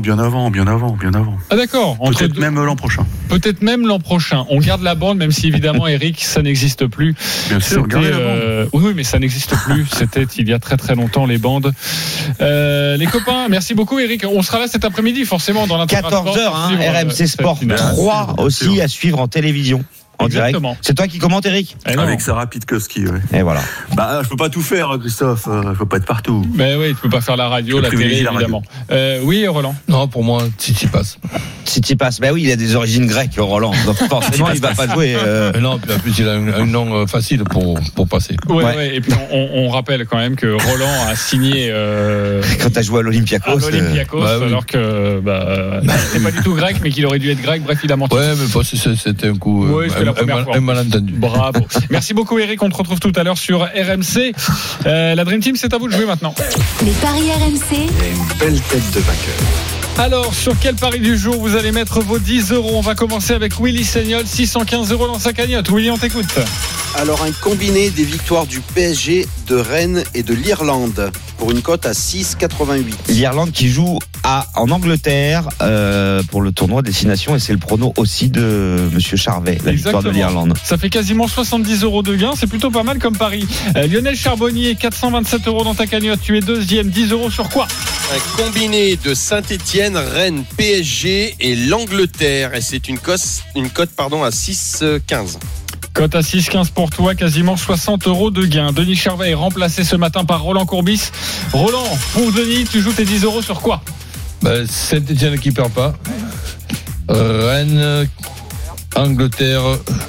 Ah d'accord. Peut-être même l'an prochain. Peut-être même l'an prochain. On garde la bande, même si évidemment, Eric, ça n'existe plus. Bien sûr, gardez la bande. Oui, mais ça n'existe plus. C'était il y a très très longtemps, les bandes. Les copains, merci beaucoup, Eric. On sera là cet après-midi, forcément, dans l'Intersport. 14h, RMC Sport 3 aussi à suivre en télévision. En direct. C'est toi qui commente, Eric? Avec Sarah Pitkowski, oui. Et voilà. Bah, je peux pas tout faire, Christophe. Je peux pas être partout. Ben oui, tu peux pas faire la radio, la télé, évidemment. Oui, Roland. Non, pour moi, Tsitsipas. Tsitsipas, ben oui, il a des origines grecques, Roland. Donc forcément, il va pas jouer. Non, en plus, il a un nom facile pour passer. Ouais. Et puis on rappelle quand même que Roland a signé. Quand t'as joué à l'Olympiakos. Alors que c'est pas du tout grec, mais qu'il aurait dû être grec. Bref, il a menti. Ouais, mais c'était un coup. Un malentendu. Bravo. Merci beaucoup, Eric. On te retrouve tout à l'heure sur RMC. La Dream Team, c'est à vous de jouer maintenant. Les paris RMC. Il y a une belle tête de vainqueur. Alors, sur quel pari du jour vous allez mettre vos 10 €? On va commencer avec Willy Seignol, 615 € dans sa cagnotte. Willy, on t'écoute. Alors, un combiné des victoires du PSG, de Rennes et de l'Irlande pour une cote à 6,88. L'Irlande qui joue en Angleterre pour le tournoi Destination, et c'est le prono aussi de Monsieur Charvet, la victoire de l'Irlande. Ça fait quasiment 70 € de gain, c'est plutôt pas mal comme pari. Lionel Charbonnier, 427 € dans ta cagnotte. Tu es deuxième, 10 € sur quoi? Un combiné de Saint-Etienne, Rennes, PSG et l'Angleterre. Et c'est une cote à 6,15. Cote à 6,15 pour toi, quasiment 60 € de gain. Denis Charvet est remplacé ce matin par Roland Courbis. Roland, pour Denis, tu joues tes 10 € sur quoi? Saint-Etienne qui perd pas. Rennes, Angleterre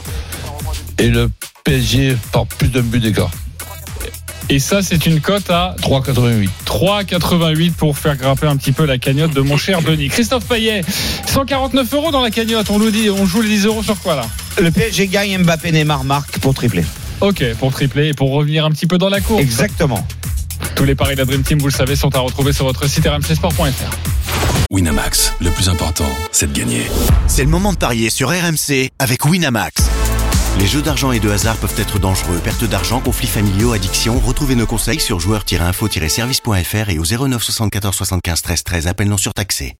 et le PSG par plus d'un but d'écart. Et ça, c'est une cote à 3,88. 3,88 pour faire grimper un petit peu la cagnotte de mon cher Denis. Christophe Payet, 149 € dans la cagnotte. On joue les 10 € sur quoi là? Le PSG gagne, Mbappé, Neymar marque pour tripler. Ok, pour tripler et pour revenir un petit peu dans la course. Exactement. Tous les paris de la Dream Team, vous le savez, sont à retrouver sur votre site rmcsport.fr. Winamax, le plus important, c'est de gagner. C'est le moment de parier sur RMC avec Winamax. Les jeux d'argent et de hasard peuvent être dangereux. Perte d'argent, conflits familiaux, addiction. Retrouvez nos conseils sur joueurs-info-service.fr et au 09 74 75 13 13. Appel non surtaxé.